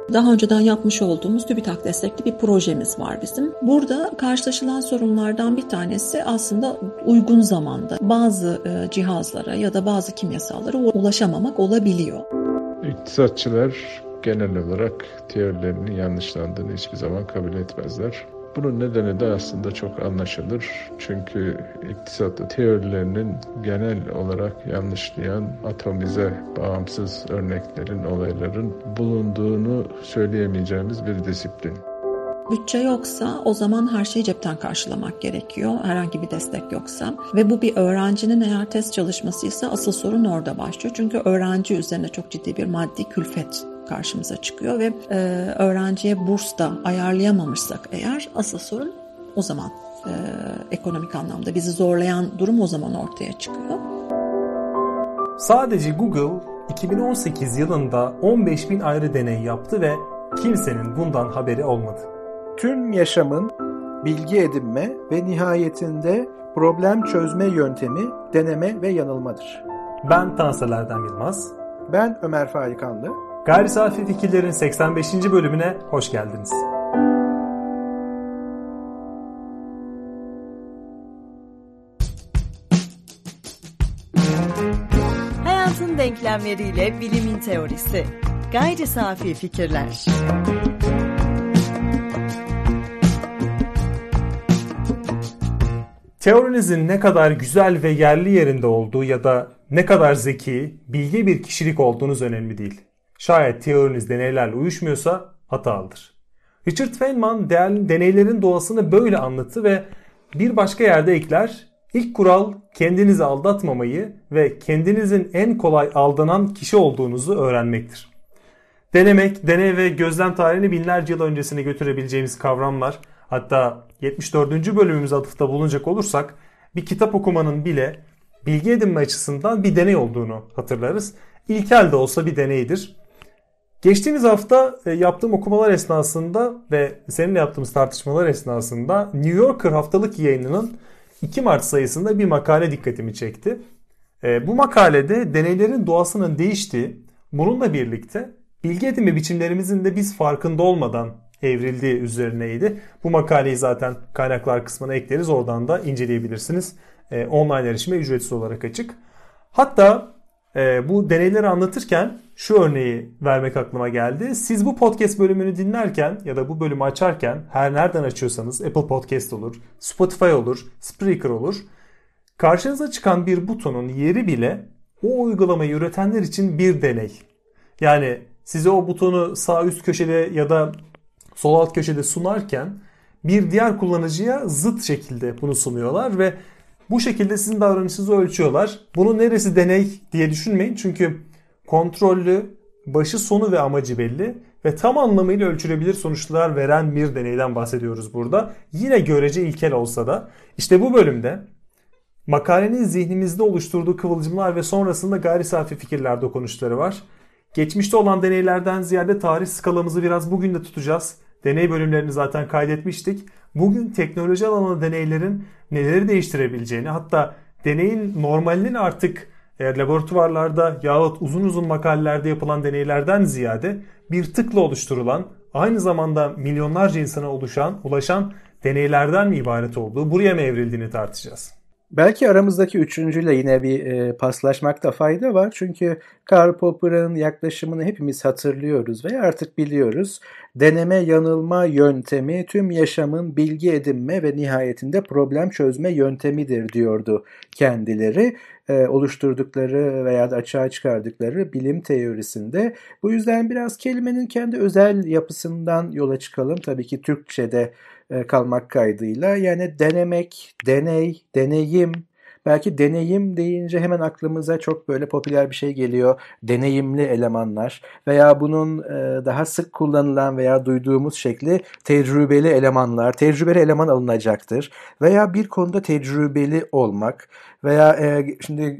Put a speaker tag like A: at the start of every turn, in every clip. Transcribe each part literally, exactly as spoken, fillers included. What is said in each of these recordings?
A: Daha önceden yapmış olduğumuz TÜBİTAK destekli bir projemiz var bizim. Burada karşılaşılan sorunlardan bir tanesi aslında uygun zamanda bazı cihazlara ya da bazı kimyasallara ulaşamamak olabiliyor.
B: İktisatçılar genel olarak teorilerinin yanlışlandığını hiçbir zaman kabul etmezler. Bunun nedeni de aslında çok anlaşılır. Çünkü iktisat teorilerinin genel olarak yanlışlayan, atomize, bağımsız örneklerin, olayların bulunduğunu söyleyemeyeceğimiz bir disiplin.
A: Bütçe yoksa o zaman her şeyi cepten karşılamak gerekiyor. Herhangi bir destek yoksa. Ve bu bir öğrencinin eğer test çalışmasıysa asıl sorun orada başlıyor. Çünkü öğrenci üzerine çok ciddi bir maddi külfet karşımıza çıkıyor ve e, öğrenciye burs da ayarlayamamışsak eğer asıl sorun o zaman e, ekonomik anlamda bizi zorlayan durum o zaman ortaya çıkıyor.
C: Sadece Google iki bin on sekiz yılında on beş bin ayrı deney yaptı ve kimsenin bundan haberi olmadı.
D: Tüm yaşamın bilgi edinme ve nihayetinde problem çözme yöntemi deneme ve yanılmadır.
C: Ben Tansel Erdem Yılmaz.
D: Ben Ömer Faikanlı.
C: Gayri Safi Fikirlerin seksen beşinci bölümüne hoş geldiniz.
E: Hayatın denklemleriyle bilimin teorisi. Gayri Safi Fikirler.
C: Teorinizin ne kadar güzel ve yerli yerinde olduğu ya da ne kadar zeki, bilgi bir kişilik olduğunuz önemli değil. Şayet teoriniz deneylerle uyuşmuyorsa hatalıdır. Richard Feynman deneylerin doğasını böyle anlattı ve bir başka yerde ekler, ilk kural kendinizi aldatmamayı ve kendinizin en kolay aldanan kişi olduğunuzu öğrenmektir. Denemek, deney ve gözlem tarihini binlerce yıl öncesine götürebileceğimiz kavramlar, hatta yetmiş dördüncü bölümümüze atıfta bulunacak olursak bir kitap okumanın bile bilgi edinme açısından bir deney olduğunu hatırlarız. İlkel de olsa bir deneydir. Geçtiğimiz hafta yaptığım okumalar esnasında ve seninle yaptığımız tartışmalar esnasında New Yorker haftalık yayınının iki Mart sayısında bir makale dikkatimi çekti. Bu makalede deneylerin doğasının değiştiği, bununla birlikte bilgi edinme biçimlerimizin de biz farkında olmadan evrildiği üzerineydi. Bu makaleyi zaten kaynaklar kısmına ekleriz. Oradan da inceleyebilirsiniz. E, online erişime ücretsiz olarak açık. Hatta e, bu deneyleri anlatırken şu örneği vermek aklıma geldi. Siz bu podcast bölümünü dinlerken ya da bu bölümü açarken her nereden açıyorsanız Apple Podcast olur, Spotify olur, Spreaker olur. Karşınıza çıkan bir butonun yeri bile o uygulamayı üretenler için bir deney. Yani size o butonu sağ üst köşede ya da sol alt köşede sunarken bir diğer kullanıcıya zıt şekilde bunu sunuyorlar ve bu şekilde sizin davranışınızı ölçüyorlar. Bunun neresi deney diye düşünmeyin çünkü kontrollü, başı sonu ve amacı belli ve tam anlamıyla ölçülebilir sonuçlar veren bir deneyden bahsediyoruz burada. Yine görece ilkel olsa da işte bu bölümde makalenin zihnimizde oluşturduğu kıvılcımlar ve sonrasında gayri safi fikirler dokunuşları var. Geçmişte olan deneylerden ziyade tarih skalamızı biraz bugün de tutacağız. Deney bölümlerini zaten kaydetmiştik. Bugün teknoloji alanında deneylerin neleri değiştirebileceğini, hatta deneyin normalinin artık e, laboratuvarlarda yahut uzun uzun makalelerde yapılan deneylerden ziyade bir tıkla oluşturulan, aynı zamanda milyonlarca insana oluşan, ulaşan deneylerden mi ibaret olduğu, buraya mı evrildiğini tartışacağız.
D: Belki aramızdaki üçüncüyle yine bir e, paslaşmakta fayda var. Çünkü Karl Popper'ın yaklaşımını hepimiz hatırlıyoruz ve artık biliyoruz. Deneme yanılma yöntemi tüm yaşamın bilgi edinme ve nihayetinde problem çözme yöntemidir diyordu kendileri. E, oluşturdukları veya da açığa çıkardıkları bilim teorisinde. Bu yüzden biraz kelimenin kendi özel yapısından yola çıkalım. Tabii ki Türkçe'de kalmak kaydıyla. Yani denemek, deney, deneyim. Belki deneyim deyince hemen aklımıza çok böyle popüler bir şey geliyor. Deneyimli elemanlar veya bunun daha sık kullanılan veya duyduğumuz şekli tecrübeli elemanlar. Tecrübeli eleman alınacaktır. Veya bir konuda tecrübeli olmak veya şimdi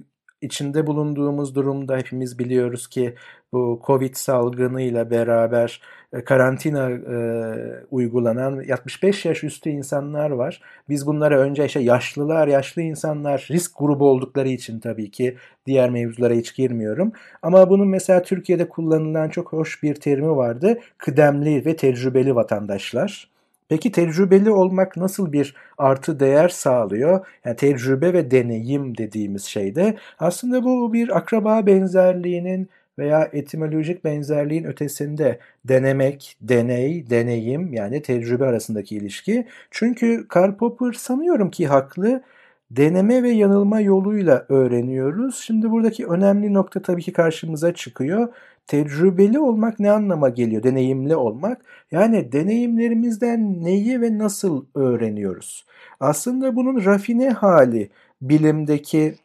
D: içinde bulunduğumuz durumda hepimiz biliyoruz ki bu Covid salgınıyla beraber e, karantina e, uygulanan yetmiş beş yaş üstü insanlar var. Biz bunlara önce işte yaşlılar, yaşlı insanlar risk grubu oldukları için tabii ki diğer mevzulara hiç girmiyorum. Ama bunun mesela Türkiye'de kullanılan çok hoş bir terimi vardı. Kıdemli ve tecrübeli vatandaşlar. Peki tecrübeli olmak nasıl bir artı değer sağlıyor? Yani tecrübe ve deneyim dediğimiz şeyde aslında bu bir akraba benzerliğinin veya etimolojik benzerliğin ötesinde denemek, deney, deneyim yani tecrübe arasındaki ilişki. Çünkü Karl Popper sanıyorum ki haklı. Deneme ve yanılma yoluyla öğreniyoruz. Şimdi buradaki önemli nokta tabii ki karşımıza çıkıyor. Tecrübeli olmak ne anlama geliyor? Deneyimli olmak. Yani deneyimlerimizden neyi ve nasıl öğreniyoruz? Aslında bunun rafine hali bilimdeki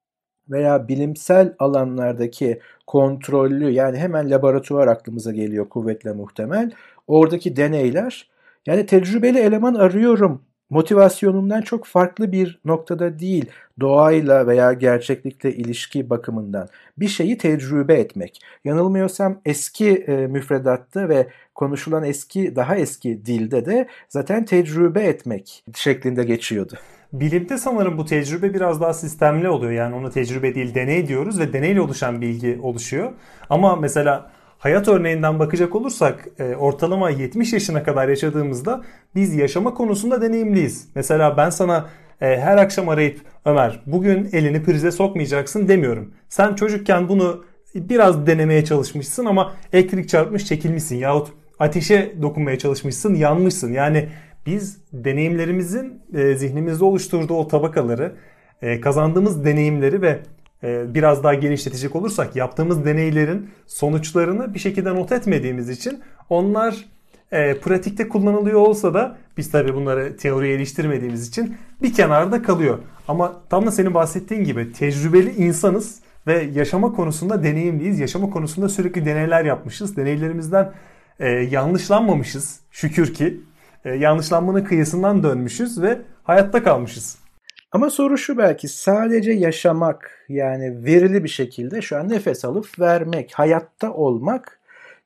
D: veya bilimsel alanlardaki kontrollü yani hemen laboratuvar aklımıza geliyor kuvvetle muhtemel. Oradaki deneyler yani tecrübeli eleman arıyorum motivasyonundan çok farklı bir noktada değil, doğayla veya gerçeklikle ilişki bakımından bir şeyi tecrübe etmek. Yanılmıyorsam eski e, müfredatta ve konuşulan eski, daha eski dilde de zaten tecrübe etmek şeklinde geçiyordu.
C: Bilimde sanırım bu tecrübe biraz daha sistemli oluyor. Yani ona tecrübe değil deney diyoruz ve deneyle oluşan bilgi oluşuyor. Ama mesela hayat örneğinden bakacak olursak ortalama yetmiş yaşına kadar yaşadığımızda biz yaşama konusunda deneyimliyiz. Mesela ben sana her akşam arayıp Ömer bugün elini prize sokmayacaksın demiyorum. Sen çocukken bunu biraz denemeye çalışmışsın ama elektrik çarpmış çekilmişsin yahut ateşe dokunmaya çalışmışsın yanmışsın. Yani biz deneyimlerimizin zihnimizde oluşturduğu o tabakaları, kazandığımız deneyimleri ve biraz daha genişletecek olursak yaptığımız deneylerin sonuçlarını bir şekilde not etmediğimiz için onlar e, pratikte kullanılıyor olsa da biz tabii bunları teoriye iliştirmediğimiz için bir kenarda kalıyor. Ama tam da senin bahsettiğin gibi tecrübeli insanız ve yaşama konusunda deneyimliyiz. Yaşama konusunda sürekli deneyler yapmışız. Deneylerimizden e, yanlışlanmamışız şükür ki. E, yanlışlanmanın kıyısından dönmüşüz ve hayatta kalmışız.
D: Ama soru şu belki sadece yaşamak yani verili bir şekilde şu an nefes alıp vermek, hayatta olmak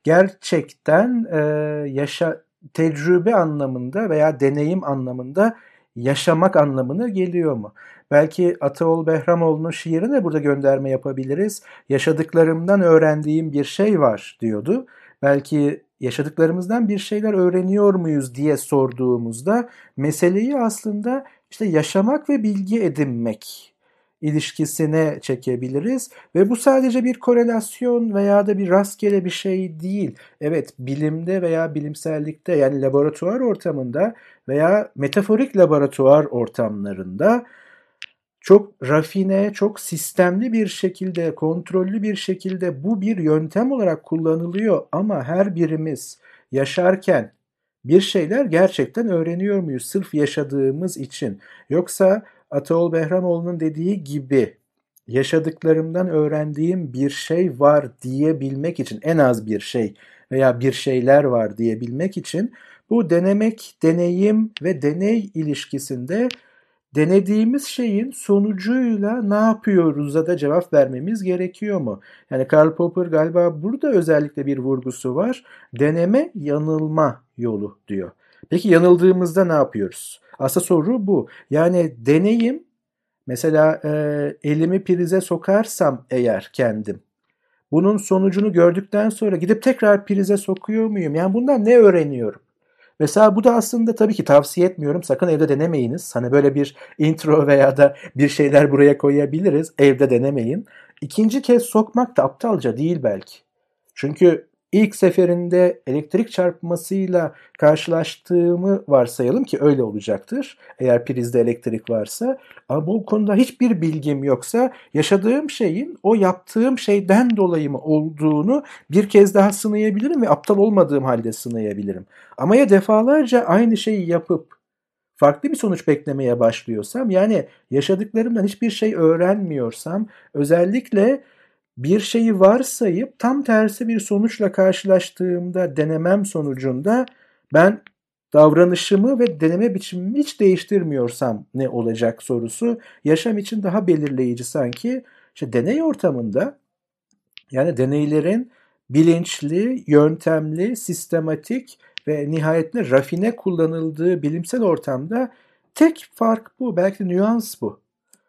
D: gerçekten e, yaşa tecrübe anlamında veya deneyim anlamında yaşamak anlamına geliyor mu? Belki Ataol Behramoğlu'nun şiirine burada gönderme yapabiliriz. Yaşadıklarımdan öğrendiğim bir şey var diyordu. Belki yaşadıklarımızdan bir şeyler öğreniyor muyuz diye sorduğumuzda meseleyi aslında İşte yaşamak ve bilgi edinmek ilişkisine çekebiliriz ve bu sadece bir korelasyon veya da bir rastgele bir şey değil. Evet, bilimde veya bilimsellikte yani laboratuvar ortamında veya metaforik laboratuvar ortamlarında çok rafine, çok sistemli bir şekilde, kontrollü bir şekilde bu bir yöntem olarak kullanılıyor ama her birimiz yaşarken bir şeyler gerçekten öğreniyor muyuz sırf yaşadığımız için? Yoksa Ataol Behramoğlu'nun dediği gibi yaşadıklarımdan öğrendiğim bir şey var diyebilmek için en az bir şey veya bir şeyler var diyebilmek için bu denemek, deneyim ve deney ilişkisinde denediğimiz şeyin sonucuyla ne yapıyoruz'a da cevap vermemiz gerekiyor mu? Yani Karl Popper galiba burada özellikle bir vurgusu var. Deneme yanılma yolu diyor. Peki yanıldığımızda ne yapıyoruz? Aslında soru bu. Yani deneyim mesela e, elimi prize sokarsam eğer kendim bunun sonucunu gördükten sonra gidip tekrar prize sokuyor muyum? Yani bundan ne öğreniyorum? Mesela bu da aslında tabii ki tavsiye etmiyorum. Sakın evde denemeyiniz. Hani böyle bir intro veya da bir şeyler buraya koyabiliriz. Evde denemeyin. İkinci kez sokmak da aptalca değil belki. Çünkü ilk seferinde elektrik çarpmasıyla karşılaştığımı varsayalım ki öyle olacaktır. Eğer prizde elektrik varsa. Ama bu konuda hiçbir bilgim yoksa yaşadığım şeyin o yaptığım şeyden dolayı mı olduğunu bir kez daha sınayabilirim ve aptal olmadığım halde sınayabilirim. Ama ya defalarca aynı şeyi yapıp farklı bir sonuç beklemeye başlıyorsam yani yaşadıklarımdan hiçbir şey öğrenmiyorsam özellikle bir şeyi varsayıp tam tersi bir sonuçla karşılaştığımda denemem sonucunda ben davranışımı ve deneme biçimimi hiç değiştirmiyorsam ne olacak sorusu yaşam için daha belirleyici sanki. İşte deney ortamında, yani deneylerin bilinçli, yöntemli, sistematik ve nihayetinde rafine kullanıldığı bilimsel ortamda tek fark bu, belki de nüans bu.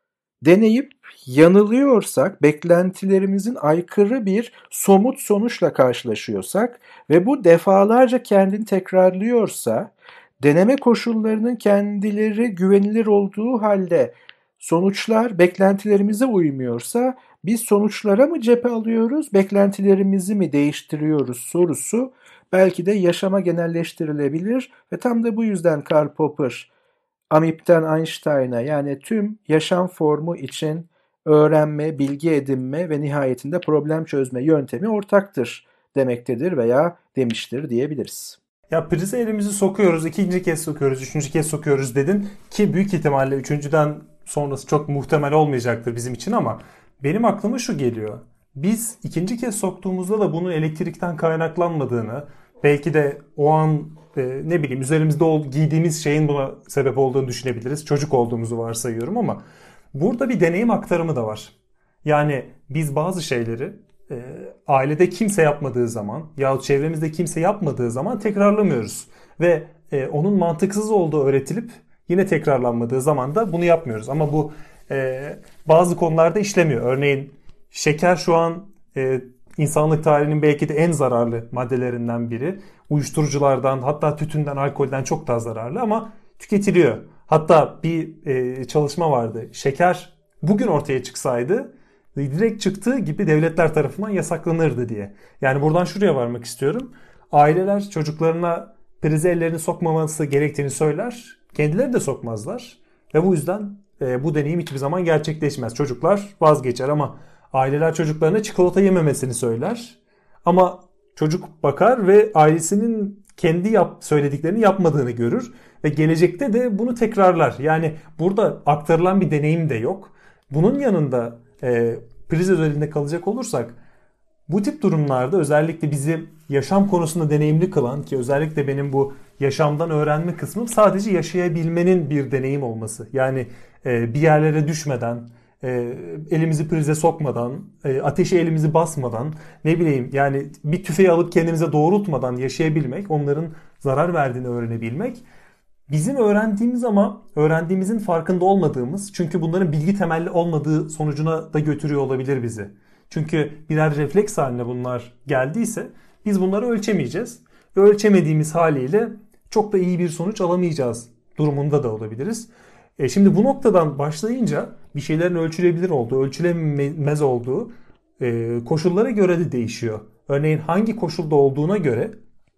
D: Deneyip yanılıyorsak, beklentilerimizin aykırı bir somut sonuçla karşılaşıyorsak ve bu defalarca kendini tekrarlıyorsa, deneme koşullarının kendileri güvenilir olduğu halde sonuçlar beklentilerimize uymuyorsa, biz sonuçlara mı cephe alıyoruz, beklentilerimizi mi değiştiriyoruz sorusu belki de yaşama genelleştirilebilir ve tam da bu yüzden Karl Popper, Amip'ten Einstein'a, yani tüm yaşam formu için öğrenme, bilgi edinme ve nihayetinde problem çözme yöntemi ortaktır demektedir veya demiştir diyebiliriz.
C: Ya prize elimizi sokuyoruz, ikinci kez sokuyoruz, üçüncü kez sokuyoruz dedin ki büyük ihtimalle üçüncüden sonrası çok muhtemel olmayacaktır bizim için, ama benim aklıma şu geliyor. Biz ikinci kez soktuğumuzda da bunun elektrikten kaynaklanmadığını, belki de o an e, ne bileyim üzerimizde ol, giydiğimiz şeyin buna sebep olduğunu düşünebiliriz. Çocuk olduğumuzu varsayıyorum, ama burada bir deneyim aktarımı da var. Yani biz bazı şeyleri e, ailede kimse yapmadığı zaman yahut çevremizde kimse yapmadığı zaman tekrarlamıyoruz. Ve e, onun mantıksız olduğu öğretilip yine tekrarlanmadığı zaman da bunu yapmıyoruz. Ama bu e, bazı konularda işlemiyor. Örneğin şeker şu an e, insanlık tarihinin belki de en zararlı maddelerinden biri. Uyuşturuculardan, hatta tütünden, alkolden çok daha zararlı ama tüketiliyor. Hatta bir e, çalışma vardı. Şeker bugün ortaya çıksaydı direkt çıktığı gibi devletler tarafından yasaklanırdı diye. Yani buradan şuraya varmak istiyorum. Aileler çocuklarına prize ellerini sokmaması gerektiğini söyler. Kendileri de sokmazlar. Ve bu yüzden e, bu deneyim hiçbir zaman gerçekleşmez. Çocuklar vazgeçer, ama aileler çocuklarına çikolata yememesini söyler. Ama çocuk bakar ve ailesinin kendi yap, söylediklerini yapmadığını görür. Ve gelecekte de bunu tekrarlar. Yani burada aktarılan bir deneyim de yok. Bunun yanında e, priz özelinde kalacak olursak, bu tip durumlarda özellikle bizi yaşam konusunda deneyimli kılan, ki özellikle benim bu yaşamdan öğrenme kısmım sadece yaşayabilmenin bir deneyim olması. Yani e, bir yerlere düşmeden, e, elimizi prize sokmadan, e, ateşe elimizi basmadan, ne bileyim yani bir tüfeği alıp kendimize doğrultmadan yaşayabilmek, onların zarar verdiğini öğrenebilmek. Bizim öğrendiğimiz ama öğrendiğimizin farkında olmadığımız, çünkü bunların bilgi temelli olmadığı sonucuna da götürüyor olabilir bizi. Çünkü birer refleks haline bunlar geldiyse biz bunları ölçemeyeceğiz. Ve ölçemediğimiz haliyle çok da iyi bir sonuç alamayacağız durumunda da olabiliriz. E şimdi bu noktadan başlayınca bir şeylerin ölçülebilir olduğu, ölçülemez olduğu e, koşullara göre de değişiyor. Örneğin hangi koşulda olduğuna göre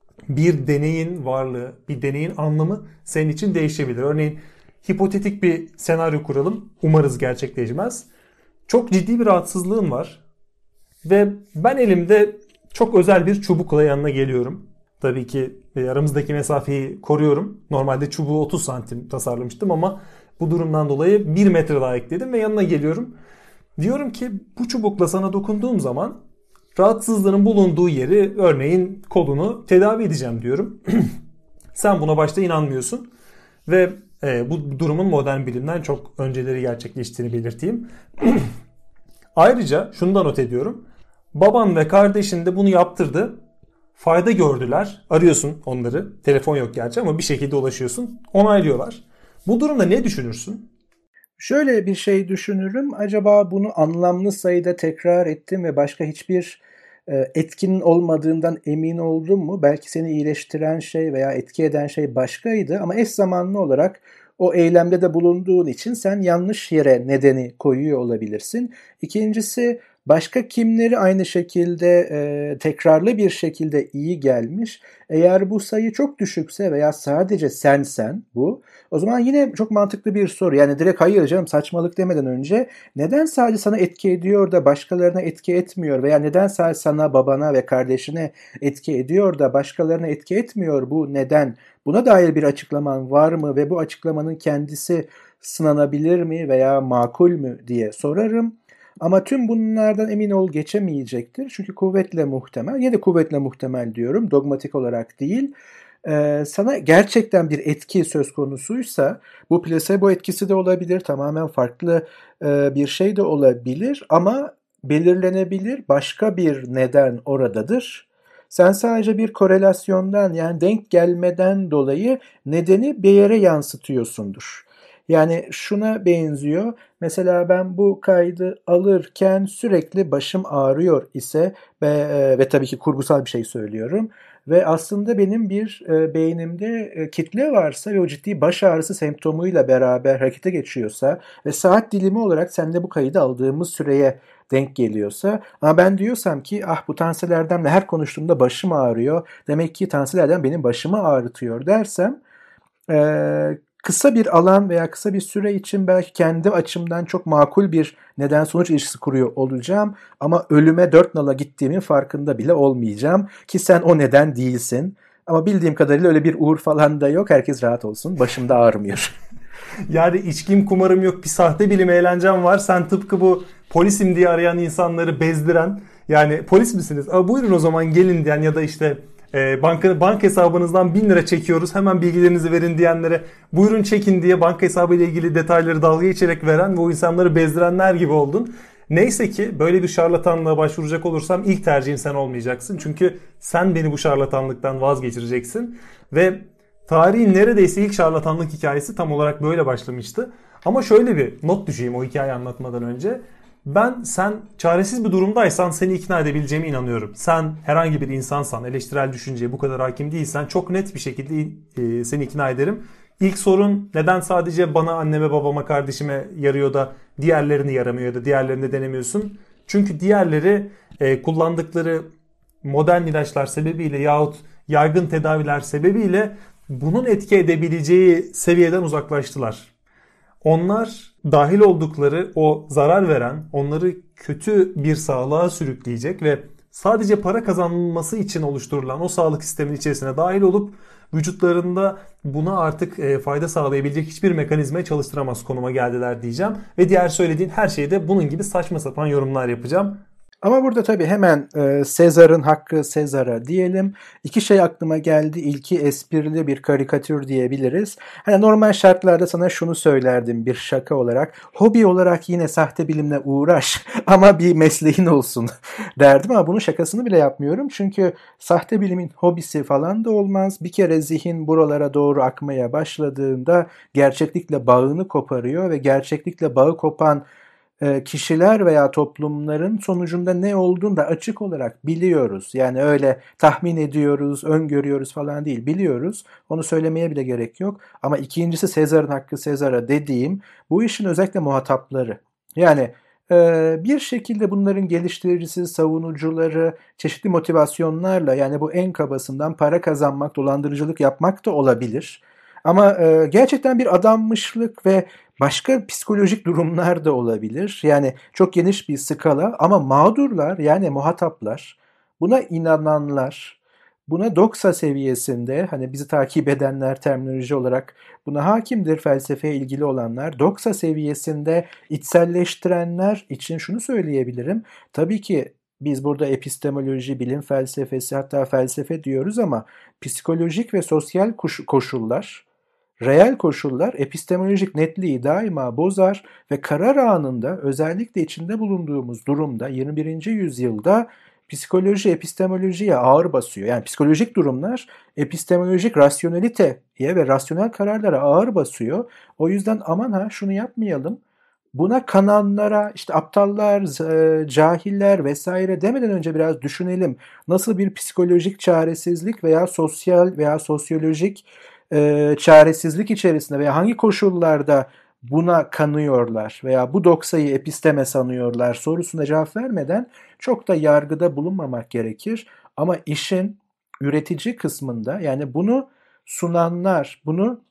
C: bir deneyin varlığı, bir deneyin anlamı senin için değişebilir. Örneğin hipotetik bir senaryo kuralım. Umarız gerçekleşmez. Çok ciddi bir rahatsızlığın var. Ve ben elimde çok özel bir çubukla yanına geliyorum. Tabii ki aramızdaki mesafeyi koruyorum. Normalde çubuğu otuz santim tasarlamıştım ama bu durumdan dolayı bir metre daha ekledim ve yanına geliyorum. Diyorum ki bu çubukla sana dokunduğum zaman rahatsızlığın bulunduğu yeri, örneğin kolunu tedavi edeceğim diyorum. Sen buna başta inanmıyorsun ve e, bu durumun modern bilimden çok önceleri gerçekleştiğini belirteyim. Ayrıca şunu da not ediyorum. Baban ve kardeşin de bunu yaptırdı. Fayda gördüler. Arıyorsun onları. Telefon yok gerçi ama bir şekilde ulaşıyorsun. Onaylıyorlar. Bu durumda ne düşünürsün?
D: Şöyle bir şey düşünürüm. Acaba bunu anlamlı sayıda tekrar ettim ve başka hiçbir etkinin olmadığından emin oldum mu? Belki seni iyileştiren şey veya etki eden şey başkaydı ama eş zamanlı olarak o eylemde de bulunduğun için sen yanlış yere nedeni koyuyor olabilirsin. İkincisi, başka kimleri aynı şekilde e, tekrarlı bir şekilde iyi gelmiş. Eğer bu sayı çok düşükse veya sadece sen sen bu, o zaman yine çok mantıklı bir soru. Yani direkt hayır canım saçmalık demeden önce neden sadece sana etki ediyor da başkalarına etki etmiyor veya neden sadece sana, babana ve kardeşine etki ediyor da başkalarına etki etmiyor, bu neden? Buna dair bir açıklaman var mı ve bu açıklamanın kendisi sınanabilir mi veya makul mü diye sorarım. Ama tüm bunlardan emin ol geçemeyecektir. Çünkü kuvvetle muhtemel, ya da kuvvetle muhtemel diyorum, dogmatik olarak değil. Ee, sana gerçekten bir etki söz konusuysa bu plasebo etkisi de olabilir, tamamen farklı e, bir şey de olabilir ama belirlenebilir başka bir neden oradadır. Sen sadece bir korelasyondan yani denk gelmeden dolayı nedeni bir yere yansıtıyorsundur. Yani şuna benziyor. Mesela ben bu kaydı alırken sürekli başım ağrıyor ise ve, e, ve tabii ki kurgusal bir şey söylüyorum. Ve aslında benim bir e, beynimde e, kitle varsa ve o ciddi baş ağrısı semptomuyla beraber harekete geçiyorsa ve saat dilimi olarak sende bu kaydı aldığımız süreye denk geliyorsa ama ben diyorsam ki ah bu Tansel Erdem'le her konuştuğumda başım ağrıyor demek ki Tansel Erdem benim başımı ağrıtıyor dersem e, kısa bir alan veya kısa bir süre için belki kendi açımdan çok makul bir neden sonuç ilişkisi kuruyor olacağım ama ölüme dört nala gittiğimin farkında bile olmayacağım ki sen o neden değilsin. Ama bildiğim kadarıyla öyle bir uğur falan da yok. Herkes rahat olsun. Başımda ağrımıyor.
C: Yani içkim kumarım yok, bir sahte bilim eğlencem var. Sen tıpkı bu polisim diye arayan insanları bezdiren, yani polis misiniz? Aa, buyurun o zaman gelin diyen ya da işte e, banka, banka hesabınızdan bin lira çekiyoruz hemen bilgilerinizi verin diyenlere buyurun çekin diye banka hesabı ile ilgili detayları dalga geçerek veren ve o insanları bezdirenler gibi oldun. Neyse ki böyle bir şarlatanlığa başvuracak olursam ilk tercihim sen olmayacaksın. Çünkü sen beni bu şarlatanlıktan vazgeçireceksin ve tarihin neredeyse ilk şarlatanlık hikayesi tam olarak böyle başlamıştı. Ama şöyle bir not düşeyim o hikayeyi anlatmadan önce. Ben sen çaresiz bir durumdaysan seni ikna edebileceğime inanıyorum. Sen herhangi bir insansan, eleştirel düşünceye bu kadar hakim değilsen çok net bir şekilde e, seni ikna ederim. İlk sorun neden sadece bana, anneme, babama, kardeşime yarıyor da diğerlerini yaramıyor ya da diğerlerini de denemiyorsun? Çünkü diğerleri e, kullandıkları modern ilaçlar sebebiyle yahut yaygın tedaviler sebebiyle bunun etki edebileceği seviyeden uzaklaştılar. Onlar dahil oldukları o zarar veren, onları kötü bir sağlığa sürükleyecek ve sadece para kazanılması için oluşturulan o sağlık sistemin içerisine dahil olup vücutlarında buna artık fayda sağlayabilecek hiçbir mekanizmayı çalıştıramaz konuma geldiler diyeceğim. Ve diğer söylediğin her şeyde bunun gibi saçma sapan yorumlar yapacağım.
D: Ama burada tabii hemen e, Sezar'ın hakkı Sezar'a diyelim. İki şey aklıma geldi. İlki esprili bir karikatür diyebiliriz. Hani normal şartlarda sana şunu söylerdim bir şaka olarak. Hobi olarak yine sahte bilimle uğraş ama bir mesleğin olsun derdim ama bunun şakasını bile yapmıyorum. Çünkü sahte bilimin hobisi falan da olmaz. Bir kere zihin buralara doğru akmaya başladığında gerçeklikle bağını koparıyor ve gerçeklikle bağı kopan kişiler veya toplumların sonucunda ne olduğunu da açık olarak biliyoruz. Yani öyle tahmin ediyoruz, öngörüyoruz falan değil, biliyoruz. Onu söylemeye bile gerek yok. Ama ikincisi Sezar'ın hakkı Sezar'a dediğim bu işin özellikle muhatapları. Yani bir şekilde bunların geliştiricisi, savunucuları çeşitli motivasyonlarla yani bu en kabasından para kazanmak, dolandırıcılık yapmak da olabilir. Ama gerçekten bir adanmışlık ve başka psikolojik durumlar da olabilir. Yani çok geniş bir skala ama mağdurlar yani muhataplar, buna inananlar, buna doksa seviyesinde hani bizi takip edenler terminoloji olarak buna hakimdir felsefeye ilgili olanlar, doksa seviyesinde içselleştirenler için şunu söyleyebilirim. Tabii ki biz burada epistemoloji, bilim felsefesi hatta felsefe diyoruz ama psikolojik ve sosyal koşullar, reel koşullar epistemolojik netliği daima bozar ve karar anında özellikle içinde bulunduğumuz durumda yirmi birinci yüzyılda psikoloji epistemolojiye ağır basıyor. Yani psikolojik durumlar epistemolojik rasyoneliteye ve rasyonel kararlara ağır basıyor. O yüzden aman ha şunu yapmayalım. Buna kananlara, işte aptallar, cahiller vesaire demeden önce biraz düşünelim. Nasıl bir psikolojik çaresizlik veya sosyal veya sosyolojik e, çaresizlik içerisinde veya hangi koşullarda buna kanıyorlar veya bu doksayı episteme sanıyorlar sorusuna cevap vermeden çok da yargıda bulunmamak gerekir. Ama işin üretici kısmında yani bunu sunanlar, bunu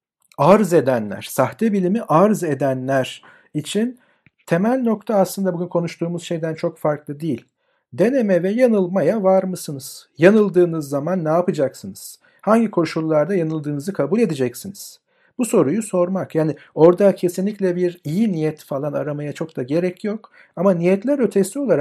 D: arz edenler, sahte bilimi arz edenler için temel nokta aslında bugün konuştuğumuz şeyden çok farklı değil. Deneme ve yanılmaya var mısınız? Yanıldığınız zaman ne yapacaksınız? Hangi koşullarda yanıldığınızı kabul edeceksiniz? Bu soruyu sormak. Yani orada kesinlikle bir iyi niyet falan aramaya çok da gerek yok. Ama niyetler ötesi olarak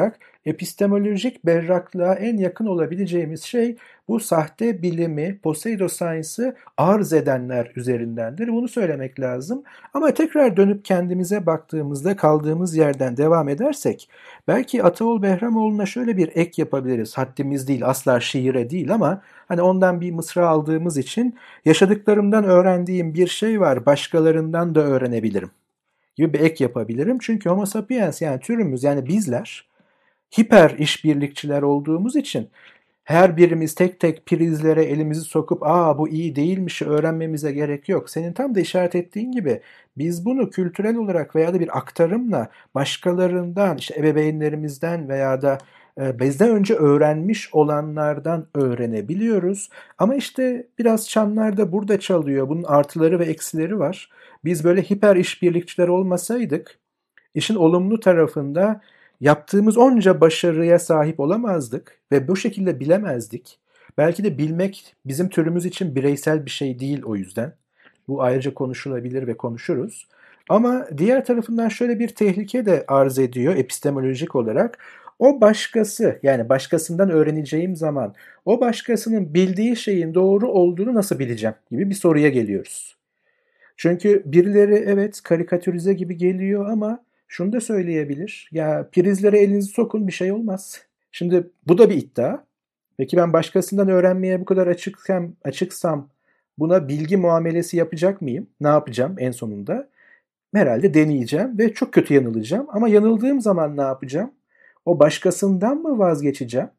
D: Epistemolojik berraklığa en yakın olabileceğimiz şey bu sahte bilimi, pseudoscience'ı arz edenler üzerindendir. Bunu söylemek lazım. Ama tekrar dönüp kendimize baktığımızda kaldığımız yerden devam edersek belki Ataol Behramoğlu'na şöyle bir ek yapabiliriz. Haddimiz değil, asla şiire değil ama hani ondan bir mısra aldığımız için yaşadıklarımdan öğrendiğim bir şey var, başkalarından da öğrenebilirim gibi bir ek yapabilirim. Çünkü Homo sapiens yani türümüz yani bizler hiper işbirlikçiler olduğumuz için her birimiz tek tek prizlere elimizi sokup aa bu iyi değilmiş öğrenmemize gerek yok. Senin tam da işaret ettiğin gibi biz bunu kültürel olarak veya da bir aktarımla başkalarından işte ebeveynlerimizden veya da e, bizden önce öğrenmiş olanlardan öğrenebiliyoruz. Ama işte biraz çanlar da burada çalıyor. Bunun artıları ve eksileri var. Biz böyle hiper işbirlikçiler olmasaydık işin olumlu tarafında yaptığımız onca başarıya sahip olamazdık ve bu şekilde bilemezdik. Belki de bilmek bizim türümüz için bireysel bir şey değil o yüzden. Bu ayrıca konuşulabilir ve konuşuruz. Ama diğer tarafından şöyle bir tehlike de arz ediyor epistemolojik olarak. O başkası yani başkasından öğreneceğim zaman o başkasının bildiği şeyin doğru olduğunu nasıl bileceğim gibi bir soruya geliyoruz. Çünkü birileri evet karikatürize gibi geliyor ama şunu da söyleyebilir. Ya prizlere elinizi sokun bir şey olmaz. Şimdi bu da bir iddia. Peki ben başkasından öğrenmeye bu kadar açıksam, açıksam buna bilgi muamelesi yapacak mıyım? Ne yapacağım en sonunda? Herhalde deneyeceğim ve çok kötü yanılacağım. Ama yanıldığım zaman ne yapacağım? O başkasından mı vazgeçeceğim?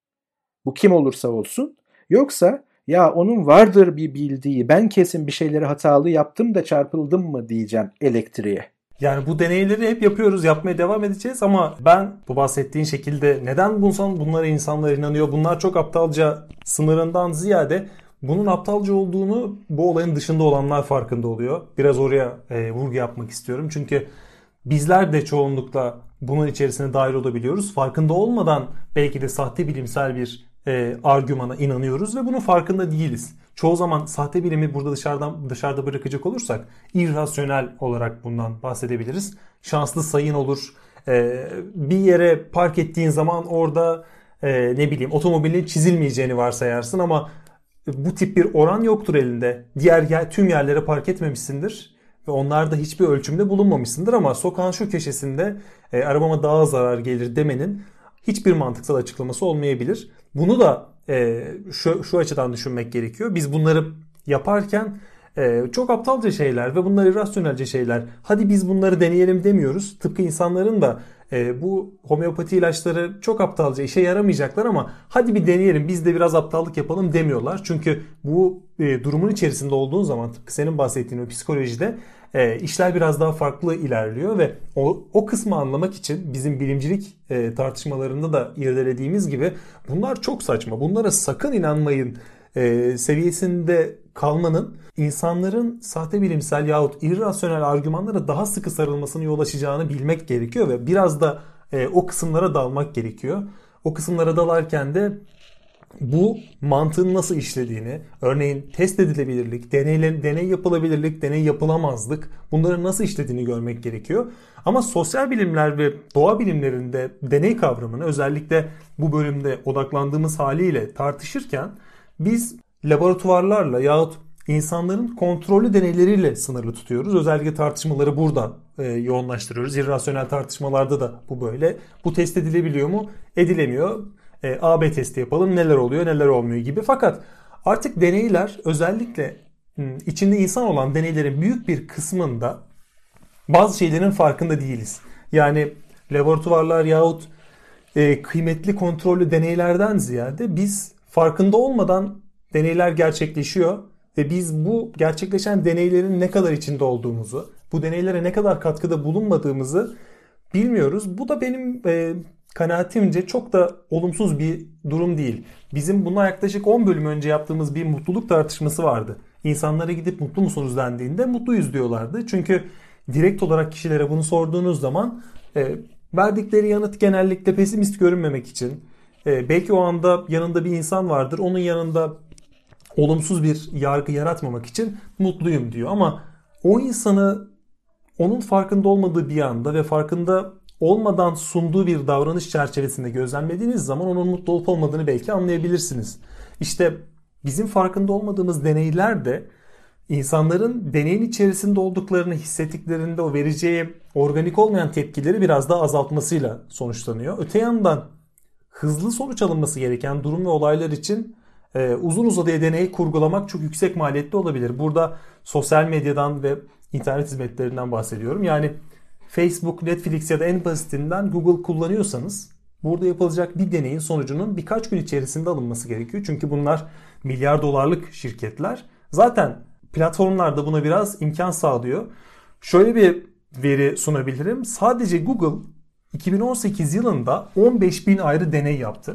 D: Bu kim olursa olsun. Yoksa ya onun vardır bir bildiği, ben kesin bir şeyleri hatalı yaptım da çarpıldım mı diyeceğim elektriğe.
C: Yani bu deneyleri hep yapıyoruz, yapmaya devam edeceğiz ama ben bu bahsettiğin şekilde neden bunlara insanlar inanıyor, bunlar çok aptalca sınırından ziyade bunun aptalca olduğunu bu olayın dışında olanlar farkında oluyor. Biraz oraya e, vurgu yapmak istiyorum çünkü bizler de çoğunlukla bunun içerisine dahil olabiliyoruz. Farkında olmadan belki de sahte bilimsel bir e, argümana inanıyoruz ve bunun farkında değiliz. Çoğu zaman sahte bilimi burada dışarıdan dışarıda bırakacak olursak irrasyonel olarak bundan bahsedebiliriz. Şanslı sayın olur. Ee, bir yere park ettiğin zaman orada e, ne bileyim otomobilin çizilmeyeceğini varsayarsın ama bu tip bir oran yoktur elinde. Diğer yer, tüm yerlere park etmemişsindir ve onlarda hiçbir ölçümde bulunmamışsındır ama sokağın şu köşesinde e, arabama daha zarar gelir demenin hiçbir mantıksal açıklaması olmayabilir. Bunu da e, şu, şu açıdan düşünmek gerekiyor. Biz bunları yaparken e, çok aptalca şeyler ve bunlar irrasyonelce şeyler. Hadi biz bunları deneyelim demiyoruz. Tıpkı insanların da e, bu homeopati ilaçları çok aptalca işe yaramayacaklar ama hadi bir deneyelim biz de biraz aptallık yapalım demiyorlar. Çünkü bu e, durumun içerisinde olduğun zaman tıpkı senin bahsettiğin o psikolojide E, işler biraz daha farklı ilerliyor ve o, o kısmı anlamak için bizim bilimcilik e, tartışmalarında da irdelediğimiz gibi bunlar çok saçma. Bunlara sakın inanmayın e, seviyesinde kalmanın insanların sahte bilimsel yahut irrasyonel argümanlara daha sıkı sarılmasına yol açacağını bilmek gerekiyor ve biraz da e, o kısımlara dalmak gerekiyor. O kısımlara dalarken de bu mantığın nasıl işlediğini, örneğin test edilebilirlik, deney, deney yapılabilirlik, deney yapılamazlık bunların nasıl işlediğini görmek gerekiyor. Ama sosyal bilimler ve doğa bilimlerinde deney kavramını özellikle bu bölümde odaklandığımız haliyle tartışırken biz laboratuvarlarla yahut insanların kontrollü deneyleriyle sınırlı tutuyoruz. Özellikle tartışmaları burada e, yoğunlaştırıyoruz. İrrasyonel tartışmalarda da bu böyle. Bu test edilebiliyor mu? Edilemiyor. E, A B testi yapalım neler oluyor neler olmuyor gibi. Fakat artık deneyler özellikle içinde insan olan deneylerin büyük bir kısmında bazı şeylerin farkında değiliz. Yani laboratuvarlar yahut e, kıymetli kontrollü deneylerden ziyade biz farkında olmadan deneyler gerçekleşiyor ve biz bu gerçekleşen deneylerin ne kadar içinde olduğumuzu, bu deneylere ne kadar katkıda bulunmadığımızı bilmiyoruz. Bu da benim e, kanaatimce çok da olumsuz bir durum değil. Bizim bundan yaklaşık on bölüm önce yaptığımız bir mutluluk tartışması vardı. İnsanlara gidip mutlu musunuz dendiğinde mutluyuz diyorlardı. Çünkü direkt olarak kişilere bunu sorduğunuz zaman e, verdikleri yanıt genellikle pesimist görünmemek için. E, belki o anda yanında bir insan vardır. Onun yanında olumsuz bir yargı yaratmamak için mutluyum diyor. Ama o insanı onun farkında olmadığı bir anda ve farkında olmadan sunduğu bir davranış çerçevesinde gözlemlediğiniz zaman onun mutlu olup olmadığını belki anlayabilirsiniz. İşte bizim farkında olmadığımız deneyler de insanların deneyin içerisinde olduklarını hissettiklerinde o vereceği organik olmayan tepkileri biraz daha azaltmasıyla sonuçlanıyor. Öte yandan hızlı sonuç alınması gereken durum ve olaylar için e, uzun uzadıya deneyi kurgulamak çok yüksek maliyetli olabilir. Burada sosyal medyadan ve internet hizmetlerinden bahsediyorum. Yani Facebook, Netflix ya da en basitinden Google kullanıyorsanız burada yapılacak bir deneyin sonucunun birkaç gün içerisinde alınması gerekiyor. Çünkü bunlar milyar dolarlık şirketler. Zaten platformlar da buna biraz imkan sağlıyor. Şöyle bir veri sunabilirim. Sadece Google iki bin on sekiz yılında on beş bin ayrı deney yaptı.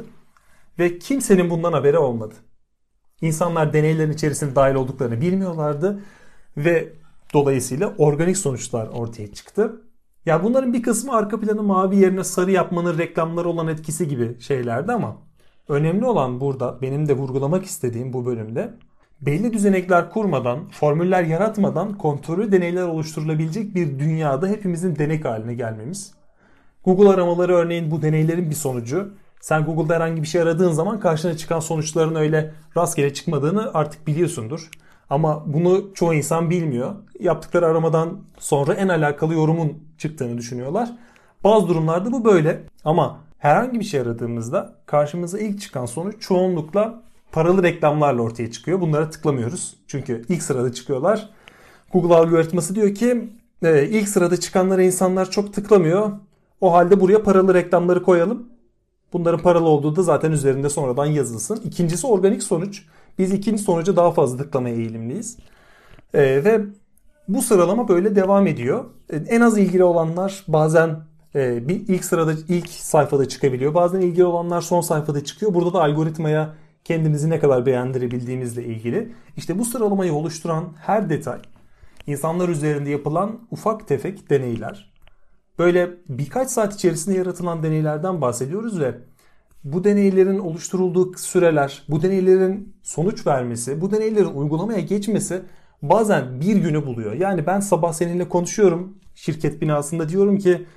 C: Ve kimsenin bundan haberi olmadı. İnsanlar deneylerin içerisinde dahil olduklarını bilmiyorlardı. Ve dolayısıyla organik sonuçlar ortaya çıktı. Ya bunların bir kısmı arka planı mavi yerine sarı yapmanın reklamları olan etkisi gibi şeylerdi ama önemli olan burada benim de vurgulamak istediğim bu bölümde belli düzenekler kurmadan, formüller yaratmadan kontrollü deneyler oluşturulabilecek bir dünyada hepimizin denek haline gelmemiz. Google aramaları örneğin bu deneylerin bir sonucu. Sen Google'da herhangi bir şey aradığın zaman karşına çıkan sonuçların öyle rastgele çıkmadığını artık biliyorsundur. Ama bunu çoğu insan bilmiyor. Yaptıkları aramadan sonra en alakalı yorumun çıktığını düşünüyorlar. Bazı durumlarda bu böyle. Ama herhangi bir şey aradığımızda karşımıza ilk çıkan sonuç çoğunlukla paralı reklamlarla ortaya çıkıyor. Bunlara tıklamıyoruz. Çünkü ilk sırada çıkıyorlar. Google algoritması diyor ki e, ilk sırada çıkanlara insanlar çok tıklamıyor. O halde buraya paralı reklamları koyalım. Bunların paralı olduğu da zaten üzerinde sonradan yazılsın. İkincisi organik sonuç. Biz ikinci sonuca daha fazla tıklamaya eğilimliyiz. Ee, ve bu sıralama böyle devam ediyor. Ee, en az ilgili olanlar bazen e, bir ilk sırada ilk sayfada çıkabiliyor. Bazen ilgili olanlar son sayfada çıkıyor. Burada da algoritmaya kendimizi ne kadar beğendirebildiğimizle ilgili. İşte bu sıralamayı oluşturan her detay insanlar üzerinde yapılan ufak tefek deneyler. Böyle birkaç saat içerisinde yaratılan deneylerden bahsediyoruz ve bu deneylerin oluşturulduğu süreler, bu deneylerin sonuç vermesi, bu deneylerin uygulamaya geçmesi bazen bir günü buluyor. Yani ben sabah seninle konuşuyorum şirket binasında, diyorum ki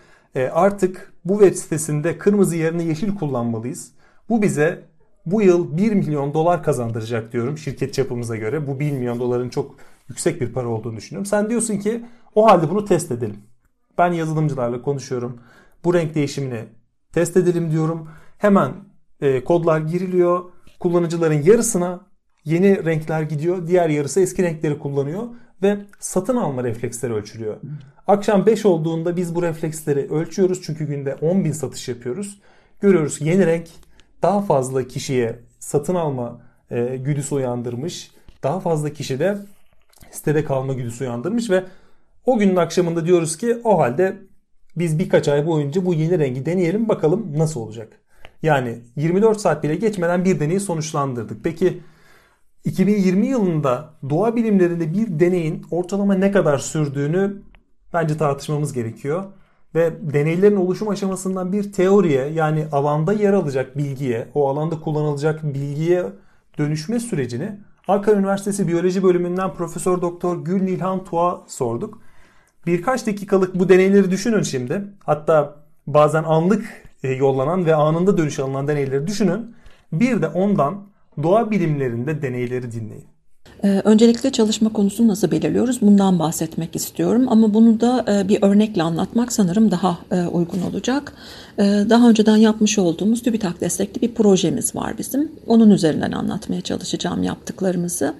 C: artık bu web sitesinde kırmızı yerine yeşil kullanmalıyız. Bu bize bu yıl bir milyon dolar kazandıracak diyorum şirket çapımıza göre. Bu bir milyon doların çok yüksek bir para olduğunu düşünüyorum. Sen diyorsun ki o halde bunu test edelim. Ben yazılımcılarla konuşuyorum. Bu renk değişimini test edelim diyorum. Hemen e, kodlar giriliyor. Kullanıcıların yarısına yeni renkler gidiyor. Diğer yarısı eski renkleri kullanıyor. Ve satın alma refleksleri ölçülüyor. Akşam beş olduğunda biz bu refleksleri ölçüyoruz. Çünkü günde on bin satış yapıyoruz. Görüyoruz ki yeni renk daha fazla kişiye satın alma e, güdüsü uyandırmış. Daha fazla kişi de sitede kalma güdüsü uyandırmış ve o günün akşamında diyoruz ki o halde biz birkaç ay boyunca bu yeni rengi deneyelim, bakalım nasıl olacak. Yani yirmi dört saat bile geçmeden bir deneyi sonuçlandırdık. Peki iki bin yirmi yılında doğa bilimlerinde bir deneyin ortalama ne kadar sürdüğünü bence tartışmamız gerekiyor. Ve deneylerin oluşum aşamasından bir teoriye, yani alanda yer alacak bilgiye, o alanda kullanılacak bilgiye dönüşme sürecini Ankara Üniversitesi Biyoloji Bölümünden Profesör Doktor Gül Nilhan Tuğ'a sorduk. Birkaç dakikalık bu deneyleri düşünün şimdi. Hatta bazen anlık yollanan ve anında dönüş alınan deneyleri düşünün. Bir de ondan doğa bilimlerinde deneyleri dinleyin.
A: Ee, öncelikle çalışma konusunu nasıl belirliyoruz? Bundan bahsetmek istiyorum ama bunu da e, bir örnekle anlatmak sanırım daha e, uygun olacak. E, daha önceden yapmış olduğumuz TÜBİTAK destekli bir projemiz var bizim. Onun üzerinden anlatmaya çalışacağım yaptıklarımızı.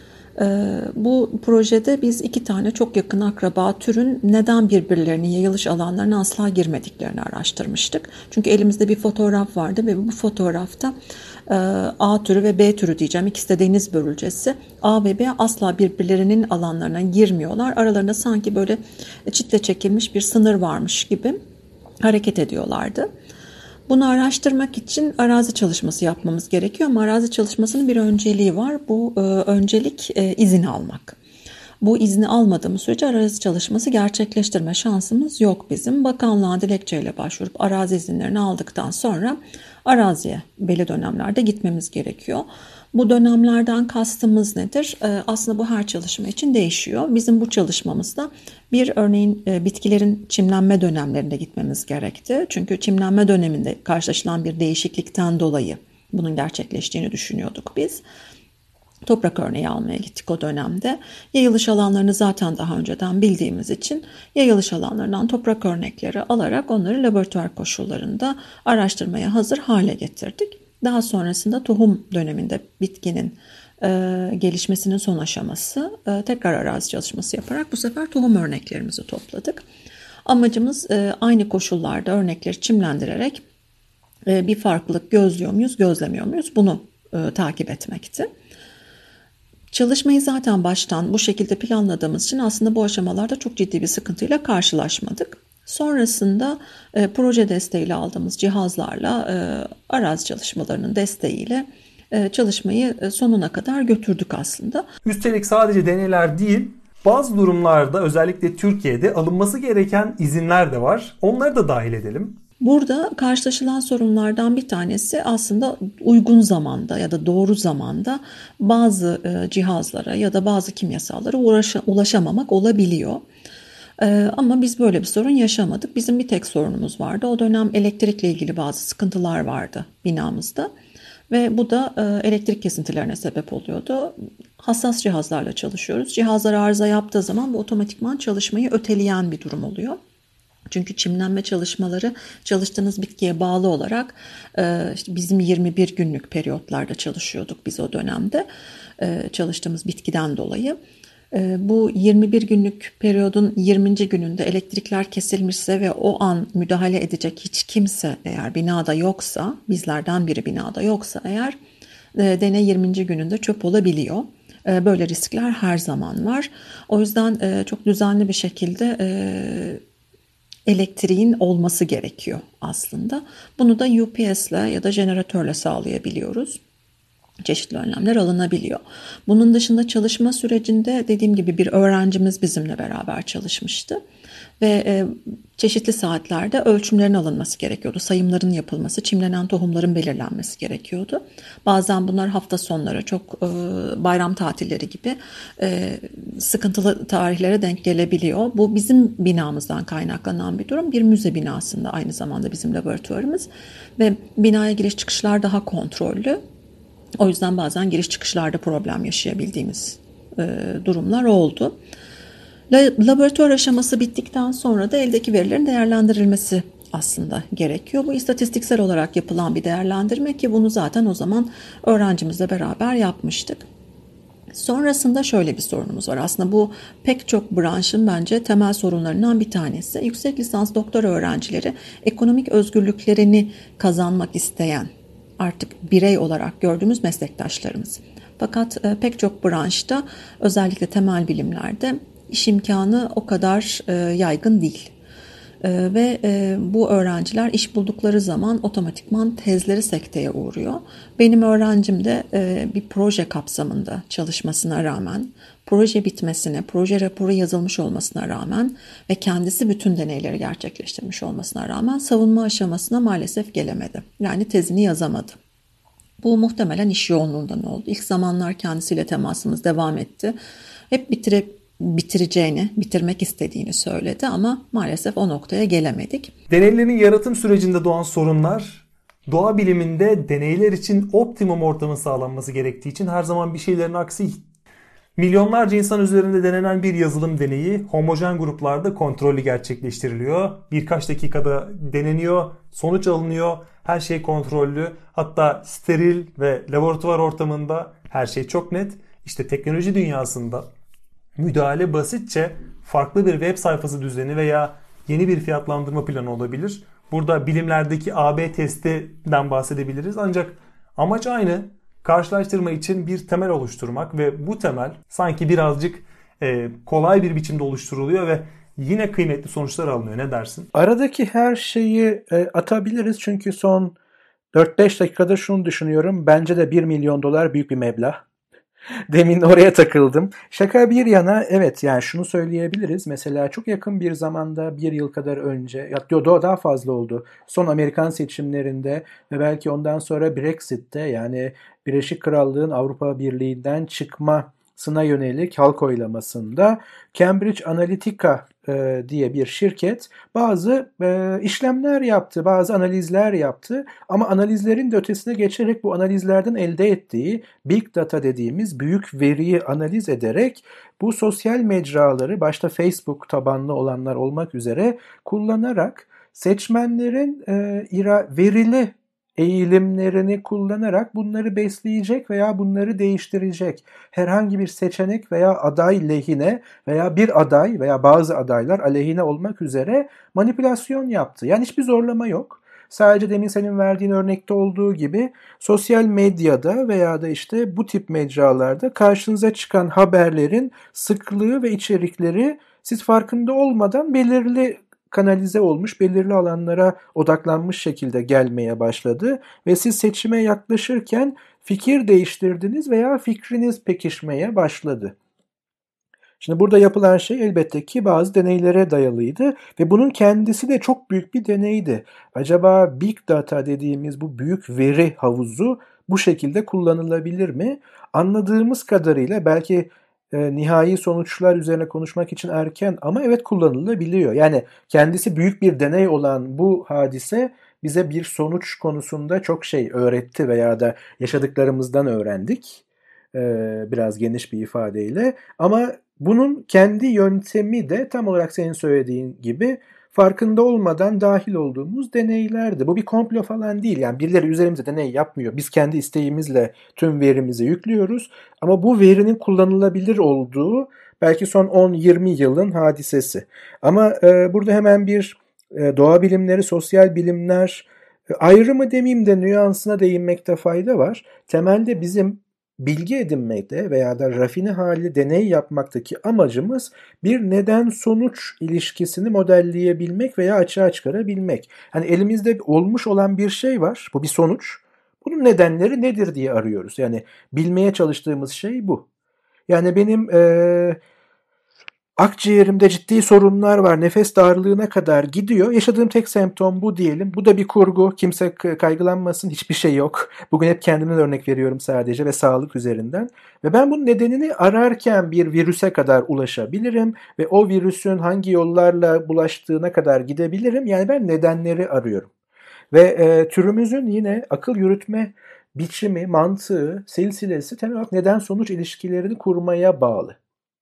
A: E, bu projede biz iki tane çok yakın akraba türün neden birbirlerinin yayılış alanlarına asla girmediklerini araştırmıştık. Çünkü elimizde bir fotoğraf vardı ve bu fotoğrafta A türü ve B türü diyeceğim. İkisi de deniz börülcesi. A ve B asla birbirlerinin alanlarına girmiyorlar. Aralarında sanki böyle çitle çekilmiş bir sınır varmış gibi hareket ediyorlardı. Bunu araştırmak için arazi çalışması yapmamız gerekiyor ama arazi çalışmasının bir önceliği var. Bu e, öncelik e, izin almak. Bu izni almadığımız sürece arazi çalışması gerçekleştirme şansımız yok bizim. Bakanlığa dilekçeyle başvurup arazi izinlerini aldıktan sonra araziye belli dönemlerde gitmemiz gerekiyor. Bu dönemlerden kastımız nedir? Aslında bu her çalışma için değişiyor. Bizim bu çalışmamızda bir örneğin bitkilerin çimlenme dönemlerinde gitmemiz gerekti. Çünkü çimlenme döneminde karşılaşılan bir değişiklikten dolayı bunun gerçekleştiğini düşünüyorduk biz. Toprak örneği almaya gittik o dönemde. Yayılış alanlarını zaten daha önceden bildiğimiz için yayılış alanlarından toprak örnekleri alarak onları laboratuvar koşullarında araştırmaya hazır hale getirdik. Daha sonrasında tohum döneminde bitkinin e, gelişmesinin son aşaması e, tekrar arazi çalışması yaparak bu sefer tohum örneklerimizi topladık. Amacımız e, aynı koşullarda örnekleri çimlendirerek e, bir farklılık gözlüyor muyuz, gözlemiyor muyuz bunu e, takip etmekti. Çalışmayı zaten baştan bu şekilde planladığımız için aslında bu aşamalarda çok ciddi bir sıkıntıyla karşılaşmadık. Sonrasında e, proje desteğiyle aldığımız cihazlarla e, arazi çalışmalarının desteğiyle e, çalışmayı e, sonuna kadar götürdük aslında.
C: Üstelik sadece deneyler değil, bazı durumlarda özellikle Türkiye'de alınması gereken izinler de var. Onları da dahil edelim.
A: Burada karşılaşılan sorunlardan bir tanesi aslında uygun zamanda ya da doğru zamanda bazı e, cihazlara ya da bazı kimyasallara ulaşa, ulaşamamak olabiliyor. Ee, ama biz böyle bir sorun yaşamadık. Bizim bir tek sorunumuz vardı. O dönem elektrikle ilgili bazı sıkıntılar vardı binamızda. Ve bu da e, elektrik kesintilerine sebep oluyordu. Hassas cihazlarla çalışıyoruz. Cihazlar arıza yaptığı zaman bu otomatikman çalışmayı öteleyen bir durum oluyor. Çünkü çimlenme çalışmaları çalıştığınız bitkiye bağlı olarak e, işte bizim yirmi bir günlük periyotlarda çalışıyorduk biz o dönemde e, çalıştığımız bitkiden dolayı. Bu yirmi bir günlük periyodun yirminci gününde elektrikler kesilmişse ve o an müdahale edecek hiç kimse eğer binada yoksa, bizlerden biri binada yoksa eğer deney yirminci gününde çöp olabiliyor. Böyle riskler her zaman var. O yüzden çok düzenli bir şekilde elektriğin olması gerekiyor aslında. Bunu da U P S'le ya da jeneratörle sağlayabiliyoruz. Çeşitli önlemler alınabiliyor. Bunun dışında çalışma sürecinde dediğim gibi bir öğrencimiz bizimle beraber çalışmıştı. Ve e, çeşitli saatlerde ölçümlerin alınması gerekiyordu. Sayımların yapılması, çimlenen tohumların belirlenmesi gerekiyordu. Bazen bunlar hafta sonları çok e, bayram tatilleri gibi e, sıkıntılı tarihlere denk gelebiliyor. Bu bizim binamızdan kaynaklanan bir durum. Bir müze binasında aynı zamanda bizim laboratuvarımız. Ve binaya giriş çıkışlar daha kontrollü. O yüzden bazen giriş çıkışlarda problem yaşayabildiğimiz e, durumlar oldu. Laboratuvar aşaması bittikten sonra da eldeki verilerin değerlendirilmesi aslında gerekiyor. Bu istatistiksel olarak yapılan bir değerlendirme ki bunu zaten o zaman öğrencimizle beraber yapmıştık. Sonrasında şöyle bir sorunumuz var. Aslında bu pek çok branşın bence temel sorunlarından bir tanesi. Yüksek lisans doktora öğrencileri ekonomik özgürlüklerini kazanmak isteyen, artık birey olarak gördüğümüz meslektaşlarımız. Fakat e, pek çok branşta özellikle temel bilimlerde iş imkanı o kadar e, yaygın değil. E, ve e, bu öğrenciler iş buldukları zaman otomatikman tezleri sekteye uğruyor. Benim öğrencim de e, bir proje kapsamında çalışmasına rağmen, proje bitmesine, proje raporu yazılmış olmasına rağmen ve kendisi bütün deneyleri gerçekleştirmiş olmasına rağmen savunma aşamasına maalesef gelemedi. Yani tezini yazamadı. Bu muhtemelen iş yoğunluğundan oldu. İlk zamanlar kendisiyle temasımız devam etti. Hep bitire, bitireceğini, bitirmek istediğini söyledi ama maalesef o noktaya gelemedik.
C: Deneylerin yaratım sürecinde doğan sorunlar, doğa biliminde deneyler için optimum ortamın sağlanması gerektiği için her zaman bir şeylerin aksi. Milyonlarca insan üzerinde denenen bir yazılım deneyi homojen gruplarda kontrollü gerçekleştiriliyor. Birkaç dakikada deneniyor, sonuç alınıyor, her şey kontrollü. Hatta steril ve laboratuvar ortamında her şey çok net. İşte teknoloji dünyasında müdahale basitçe farklı bir web sayfası düzeni veya yeni bir fiyatlandırma planı olabilir. Burada bilimlerdeki A B testinden bahsedebiliriz. Ancak amaç aynı. Karşılaştırma için bir temel oluşturmak ve bu temel sanki birazcık e, kolay bir biçimde oluşturuluyor ve yine kıymetli sonuçlar alınıyor. Ne dersin?
D: Aradaki her şeyi e, atabiliriz çünkü son dört beş dakikada şunu düşünüyorum. Bence de bir milyon dolar büyük bir meblağ. Demin oraya takıldım. Şaka bir yana evet yani şunu söyleyebiliriz. Mesela çok yakın bir zamanda bir yıl kadar önce ya daha fazla oldu. Son Amerikan seçimlerinde ve belki ondan sonra Brexit'te yani Birleşik Krallığın Avrupa Birliği'nden çıkmasına yönelik halk oylamasında Cambridge Analytica e, diye bir şirket bazı e, işlemler yaptı, bazı analizler yaptı ama analizlerin de ötesine geçerek bu analizlerden elde ettiği Big Data dediğimiz büyük veriyi analiz ederek bu sosyal mecraları başta Facebook tabanlı olanlar olmak üzere kullanarak seçmenlerin e, ira, verili eğilimlerini kullanarak bunları besleyecek veya bunları değiştirecek herhangi bir seçenek veya aday lehine veya bir aday veya bazı adaylar aleyhine olmak üzere manipülasyon yaptı. Yani hiçbir zorlama yok. Sadece demin senin verdiğin örnekte olduğu gibi sosyal medyada veya da işte bu tip mecralarda karşınıza çıkan haberlerin sıklığı ve içerikleri siz farkında olmadan belirli kanalize olmuş, belirli alanlara odaklanmış şekilde gelmeye başladı ve siz seçime yaklaşırken fikir değiştirdiniz veya fikriniz pekişmeye başladı. Şimdi burada yapılan şey elbette ki bazı deneylere dayalıydı ve bunun kendisi de çok büyük bir deneydi. Acaba Big Data dediğimiz bu büyük veri havuzu bu şekilde kullanılabilir mi? Anladığımız kadarıyla belki e, nihai sonuçlar üzerine konuşmak için erken ama evet kullanılabiliyor. Yani kendisi büyük bir deney olan bu hadise bize bir sonuç konusunda çok şey öğretti veya da yaşadıklarımızdan öğrendik. E, biraz geniş bir ifadeyle ama bunun kendi yöntemi de tam olarak senin söylediğin gibi farkında olmadan dahil olduğumuz deneylerdi. Bu bir komplo falan değil. Yani birileri üzerimize deney yapmıyor. Biz kendi isteğimizle tüm verimizi yüklüyoruz. Ama bu verinin kullanılabilir olduğu belki son on yirmi yılın hadisesi. Ama e, burada hemen bir e, doğa bilimleri, sosyal bilimler e, ayrımı demeyeyim de nüansına değinmekte fayda var. Temelde bizim bilgi edinmekte veya da rafine hali deney yapmaktaki amacımız bir neden-sonuç ilişkisini modelleyebilmek veya açığa çıkarabilmek. Hani elimizde olmuş olan bir şey var, bu bir sonuç. Bunun nedenleri nedir diye arıyoruz. Yani bilmeye çalıştığımız şey bu. Yani benim ee, akciğerimde ciddi sorunlar var, nefes darlığına kadar gidiyor. Yaşadığım tek semptom bu diyelim. Bu da bir kurgu. Kimse kaygılanmasın. Hiçbir şey yok. Bugün hep kendimden örnek veriyorum sadece ve sağlık üzerinden. Ve ben bunun nedenini ararken bir virüse kadar ulaşabilirim. Ve o virüsün hangi yollarla bulaştığına kadar gidebilirim. Yani ben nedenleri arıyorum. Ve e, türümüzün yine akıl yürütme biçimi, mantığı, silsilesi temel olarak neden-sonuç ilişkilerini kurmaya bağlı.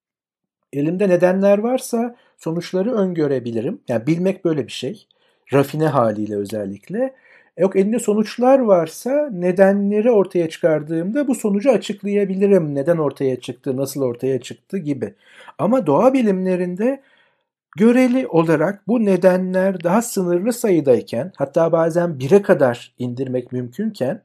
D: Elimde nedenler varsa sonuçları öngörebilirim. Yani bilmek böyle bir şey. Rafine haliyle özellikle. Yok elimde sonuçlar varsa nedenleri ortaya çıkardığımda bu sonucu açıklayabilirim. Neden ortaya çıktı, nasıl ortaya çıktı gibi. Ama doğa bilimlerinde göreli olarak bu nedenler daha sınırlı sayıdayken, hatta bazen bire kadar indirmek mümkünken,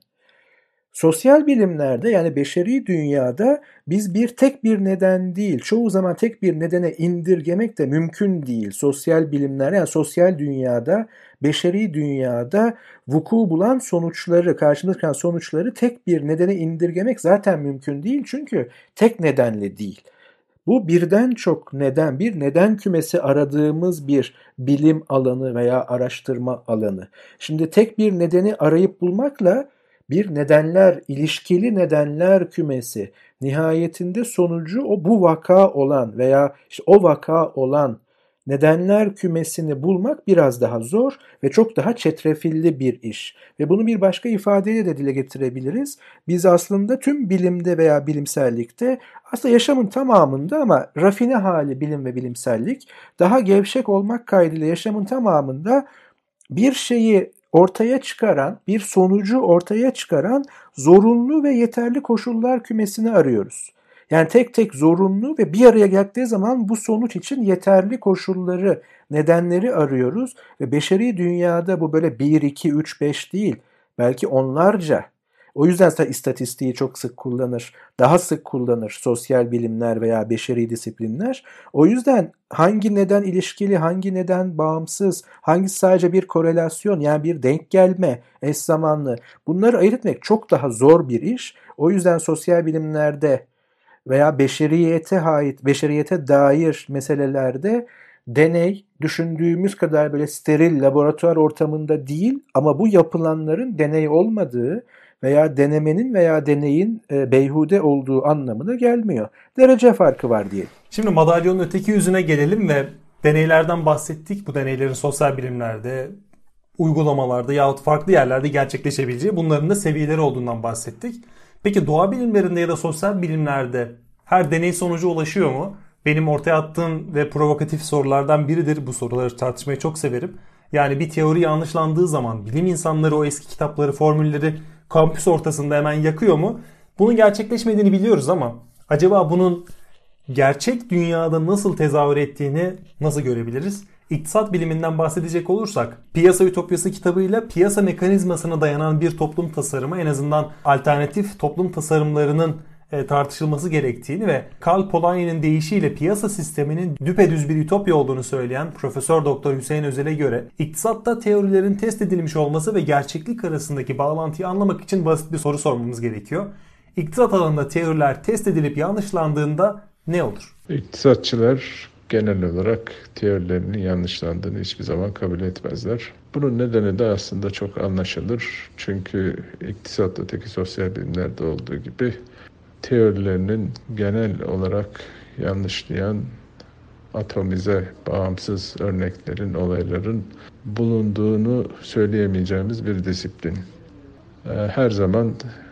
D: sosyal bilimlerde yani beşeri dünyada biz bir tek bir neden değil, çoğu zaman tek bir nedene indirgemek de mümkün değil. Sosyal bilimler yani sosyal dünyada, beşeri dünyada vuku bulan sonuçları, karşımıza çıkan sonuçları tek bir nedene indirgemek zaten mümkün değil. Çünkü tek nedenle değil. Bu birden çok neden, bir neden kümesi aradığımız bir bilim alanı veya araştırma alanı. Şimdi tek bir nedeni arayıp bulmakla bir nedenler, ilişkili nedenler kümesi nihayetinde sonucu o bu vaka olan veya işte o vaka olan nedenler kümesini bulmak biraz daha zor ve çok daha çetrefilli bir iş. Ve bunu bir başka ifadeyle de dile getirebiliriz. Biz aslında tüm bilimde veya bilimsellikte aslında yaşamın tamamında ama rafine hali bilim ve bilimsellik daha gevşek olmak kaydıyla yaşamın tamamında bir şeyi ortaya çıkaran, bir sonucu ortaya çıkaran zorunlu ve yeterli koşullar kümesini arıyoruz. Yani tek tek zorunlu ve bir araya geldiği zaman bu sonuç için yeterli koşulları, nedenleri arıyoruz. Ve beşeri dünyada bu böyle bir, iki, üç, beş değil, belki onlarca. O yüzden istatistiği çok sık kullanır, daha sık kullanır sosyal bilimler veya beşeri disiplinler. O yüzden hangi neden ilişkili, hangi neden bağımsız, hangisi sadece bir korelasyon yani bir denk gelme, eş zamanlı bunları ayırt etmek çok daha zor bir iş. O yüzden sosyal bilimlerde veya beşeriyete ait, beşeriyete dair meselelerde deney düşündüğümüz kadar böyle steril laboratuvar ortamında değil ama bu yapılanların deney olmadığı veya denemenin veya deneyin e, beyhude olduğu anlamına gelmiyor. Derece farkı var diye.
C: Şimdi madalyonun öteki yüzüne gelelim ve deneylerden bahsettik. Bu deneylerin sosyal bilimlerde, uygulamalarda yahut farklı yerlerde gerçekleşebileceği, bunların da seviyeleri olduğundan bahsettik. Peki doğa bilimlerinde ya da sosyal bilimlerde her deney sonucu ulaşıyor mu? Benim ortaya attığım ve provokatif sorulardan biridir. Bu soruları tartışmayı çok severim. Yani bir teori yanlışlandığı zaman bilim insanları o eski kitapları, formülleri kampüs ortasında hemen yakıyor mu? Bunun gerçekleşmediğini biliyoruz ama acaba bunun gerçek dünyada nasıl tezahür ettiğini nasıl görebiliriz? İktisat biliminden bahsedecek olursak, Piyasa Ütopyası kitabıyla piyasa mekanizmasına dayanan bir toplum tasarımı, en azından alternatif toplum tasarımlarının e, tartışılması gerektiğini ve Karl Polanyi'nin deyişiyle piyasa sisteminin düpedüz bir ütopya olduğunu söyleyen Profesör Doktor Hüseyin Özel'e göre iktisatta teorilerin test edilmiş olması ve gerçeklik arasındaki bağlantıyı anlamak için basit bir soru sormamız gerekiyor. İktisat alanında teoriler test edilip yanlışlandığında ne olur?
B: İktisatçılar genel olarak teorilerinin yanlışlandığını hiçbir zaman kabul etmezler. Bunun nedeni de aslında çok anlaşılır. Çünkü iktisat öteki sosyal bilimlerde olduğu gibi teorilerinin genel olarak yanlışlayan, atomize, bağımsız örneklerin, olayların bulunduğunu söyleyemeyeceğimiz bir disiplin. Her zaman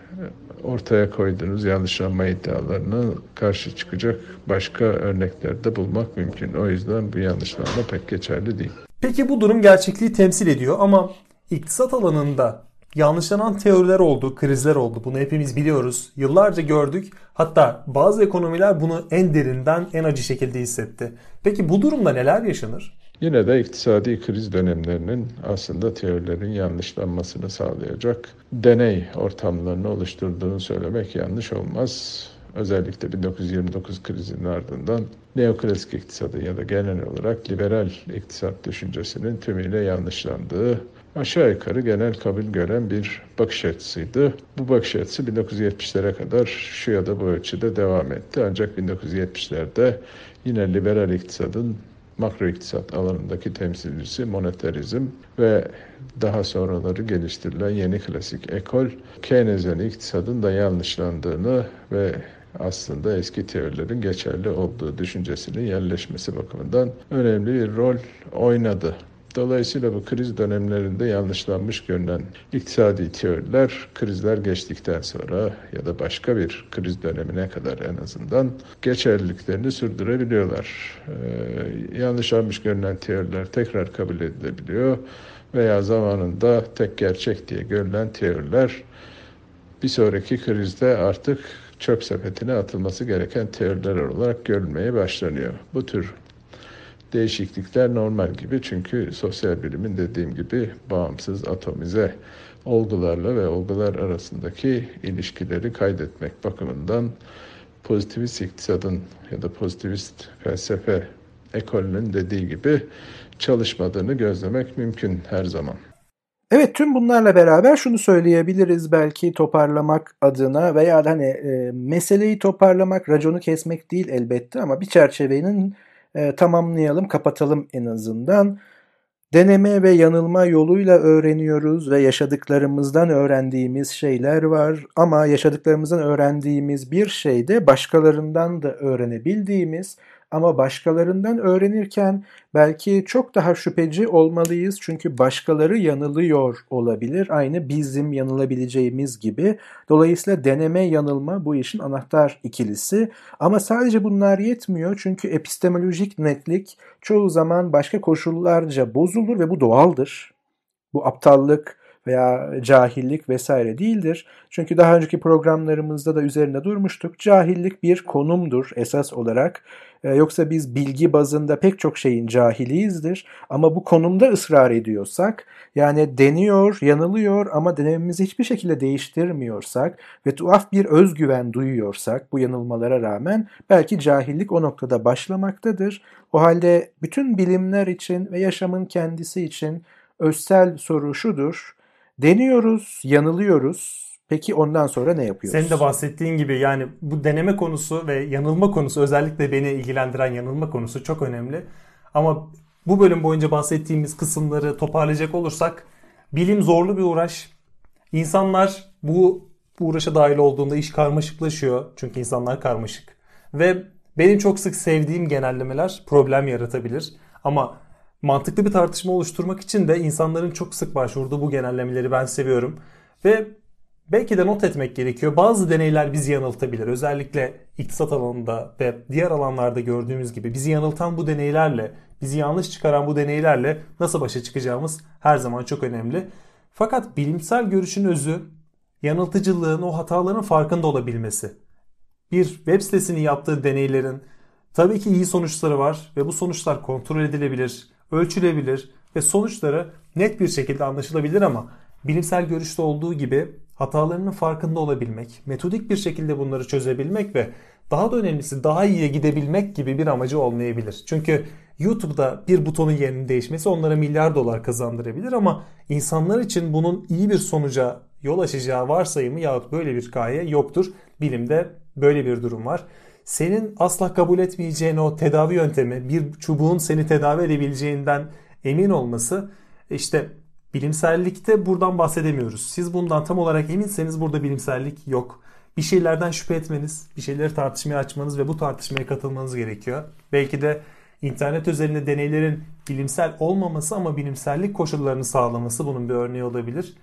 B: ortaya koyduğunuz yanlışlanma iddialarına karşı çıkacak başka örnekler de bulmak mümkün. O yüzden bu yanlışlanma pek geçerli değil.
C: Peki bu durum gerçekliği temsil ediyor ama iktisat alanında yanlışlanan teoriler oldu, krizler oldu. Bunu hepimiz biliyoruz. Yıllarca gördük. Hatta bazı ekonomiler bunu en derinden, en acı şekilde hissetti. Peki bu durumda neler yaşanır?
B: Yine de iktisadi kriz dönemlerinin aslında teorilerin yanlışlanmasını sağlayacak deney ortamlarını oluşturduğunu söylemek yanlış olmaz. Özellikle bin dokuz yüz yirmi dokuz krizinin ardından neoklasik iktisadı ya da genel olarak liberal iktisat düşüncesinin tümüyle yanlışlandığı aşağı yukarı genel kabul gören bir bakış açısıydı. Bu bakış açısı bin dokuz yüz yetmişlere kadar şu ya da bu ölçüde devam etti. Ancak bin dokuz yüz yetmişlerde yine liberal iktisadın makro iktisat alanındaki temsilcisi monetarizm ve daha sonraları geliştirilen yeni klasik ekol, Keynesyen iktisadın da yanlışlandığını ve aslında eski teorilerin geçerli olduğu düşüncesinin yerleşmesi bakımından önemli bir rol oynadı. Dolayısıyla bu kriz dönemlerinde yanlışlanmış görünen iktisadi teoriler krizler geçtikten sonra ya da başka bir kriz dönemine kadar en azından geçerliliklerini sürdürebiliyorlar. Ee, yanlışlanmış görünen teoriler tekrar kabul edilebiliyor veya zamanında tek gerçek diye görülen teoriler bir sonraki krizde artık çöp sepetine atılması gereken teoriler olarak görülmeye başlanıyor. Bu tür değişiklikler normal gibi, çünkü sosyal bilimin dediğim gibi bağımsız, atomize olgularla ve olgular arasındaki ilişkileri kaydetmek bakımından pozitivist iktisadın ya da pozitivist felsefe ekolünün dediği gibi çalışmadığını gözlemek mümkün her zaman.
D: Evet, tüm bunlarla beraber şunu söyleyebiliriz belki toparlamak adına veya hani e, meseleyi toparlamak, raconu kesmek değil elbette ama bir çerçevenin e, tamamlayalım, kapatalım en azından. Deneme ve yanılma yoluyla öğreniyoruz ve yaşadıklarımızdan öğrendiğimiz şeyler var ama yaşadıklarımızdan öğrendiğimiz bir şey de başkalarından da öğrenebildiğimiz ama başkalarından öğrenirken belki çok daha şüpheci olmalıyız çünkü başkaları yanılıyor olabilir, aynı bizim yanılabileceğimiz gibi. Dolayısıyla deneme yanılma bu işin anahtar ikilisi ama sadece bunlar yetmiyor çünkü epistemolojik netlik çoğu zaman başka koşullarca bozulur ve bu doğaldır. Bu aptallık veya cahillik vesaire değildir. Çünkü daha önceki programlarımızda da üzerinde durmuştuk. Cahillik bir konumdur esas olarak. Ee, yoksa biz bilgi bazında pek çok şeyin cahiliyizdir. Ama bu konumda ısrar ediyorsak, yani deniyor, yanılıyor ama denememizi hiçbir şekilde değiştirmiyorsak ve tuhaf bir özgüven duyuyorsak bu yanılmalara rağmen belki cahillik o noktada başlamaktadır. O halde bütün bilimler için ve yaşamın kendisi için özsel soru şudur. Deniyoruz, yanılıyoruz. Peki ondan sonra ne yapıyoruz?
C: Senin de bahsettiğin gibi yani bu deneme konusu ve yanılma konusu, özellikle beni ilgilendiren yanılma konusu çok önemli. Ama bu bölüm boyunca bahsettiğimiz kısımları toparlayacak olursak, bilim zorlu bir uğraş. İnsanlar bu uğraşa dahil olduğunda iş karmaşıklaşıyor. Çünkü insanlar karmaşık. Ve benim çok sık sevdiğim genellemeler problem yaratabilir. Ama mantıklı bir tartışma oluşturmak için de insanların çok sık başvurduğu bu genellemeleri ben seviyorum. Ve belki de not etmek gerekiyor. Bazı deneyler bizi yanıltabilir. Özellikle iktisat alanında ve diğer alanlarda gördüğümüz gibi bizi yanıltan bu deneylerle, bizi yanlış çıkaran bu deneylerle nasıl başa çıkacağımız her zaman çok önemli. Fakat bilimsel görüşün özü, yanıltıcılığın, o hataların farkında olabilmesi. Bir web sitesinin yaptığı deneylerin tabii ki iyi sonuçları var ve bu sonuçlar kontrol edilebilir, ölçülebilir ve sonuçları net bir şekilde anlaşılabilir, ama bilimsel görüşte olduğu gibi hatalarının farkında olabilmek, metodik bir şekilde bunları çözebilmek ve daha da önemlisi daha iyiye gidebilmek gibi bir amacı olmayabilir. Çünkü YouTube'da bir butonun yerinin değişmesi onlara milyar dolar kazandırabilir, ama insanlar için bunun iyi bir sonuca yol açacağı varsayımı yahut böyle bir gaye yoktur. Bilimde böyle bir durum var. Senin asla kabul etmeyeceğin o tedavi yöntemi, bir çubuğun seni tedavi edebileceğinden emin olması, işte bilimsellikte buradan bahsedemiyoruz. Siz bundan tam olarak eminseniz burada bilimsellik yok. Bir şeylerden şüphe etmeniz, bir şeyleri tartışmaya açmanız ve bu tartışmaya katılmanız gerekiyor. Belki de internet üzerinde deneylerin bilimsel olmaması ama bilimsellik koşullarını sağlaması bunun bir örneği olabilir.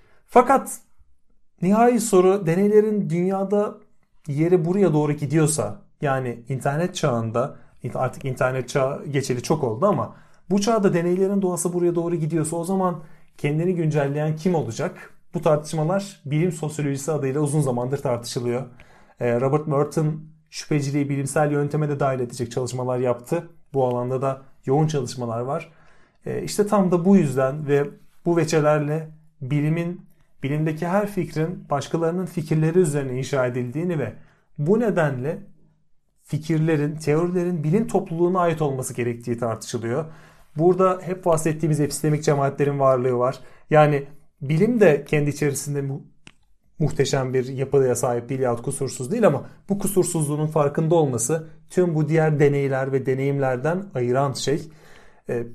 C: Fakat nihai soru, deneylerin dünyada yeri buraya doğru gidiyorsa, yani internet çağında, artık internet çağı geçeli çok oldu ama bu çağda deneylerin doğası buraya doğru gidiyorsa, o zaman kendini güncelleyen kim olacak? Bu tartışmalar bilim sosyolojisi adıyla uzun zamandır tartışılıyor. Robert Merton şüpheciliği bilimsel yönteme de dahil edecek çalışmalar yaptı. Bu alanda da yoğun çalışmalar var. İşte tam da bu yüzden ve bu veçelerle bilimin, bilimdeki her fikrin başkalarının fikirleri üzerine inşa edildiğini ve bu nedenle fikirlerin, teorilerin bilim topluluğuna ait olması gerektiği tartışılıyor. Burada hep bahsettiğimiz epistemik cemaatlerin varlığı var. Yani bilim de kendi içerisinde mu- muhteşem bir yapıya sahip değil yahut kusursuz değil, ama bu kusursuzluğunun farkında olması tüm bu diğer deneyler ve deneyimlerden ayıran şey. Ee,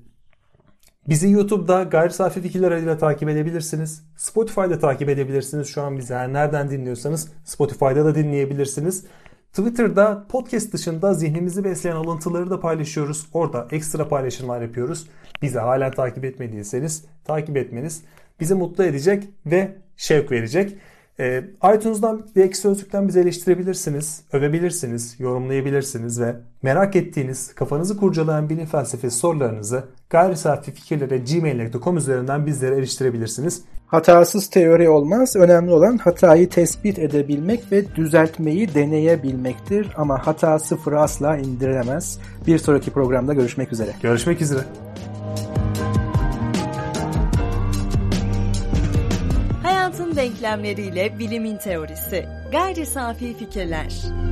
C: bizi YouTube'da Gayri Safi Fikirler adıyla takip edebilirsiniz. Spotify'da takip edebilirsiniz. Şu an bizi her nereden dinliyorsanız Spotify'da da dinleyebilirsiniz. Twitter'da podcast dışında zihnimizi besleyen alıntıları da paylaşıyoruz. Orada ekstra paylaşımlar yapıyoruz. Bizi halen takip etmediyseniz takip etmeniz bizi mutlu edecek ve şevk verecek. Ee, iTunes'dan ve Ekşi Sözlük'ten bizi eleştirebilirsiniz, övebilirsiniz, yorumlayabilirsiniz ve merak ettiğiniz, kafanızı kurcalayan bilim felsefesi sorularınızı gayrisafifikirlere gmail nokta com üzerinden bizlere eriştirebilirsiniz.
D: Hatasız teori olmaz. Önemli olan hatayı tespit edebilmek ve düzeltmeyi deneyebilmektir. Ama hata sıfıra asla indirilemez. Bir sonraki programda görüşmek üzere.
C: Görüşmek üzere.
E: Hayatın denklemleriyle bilimin teorisi. Gayri safi fikirler.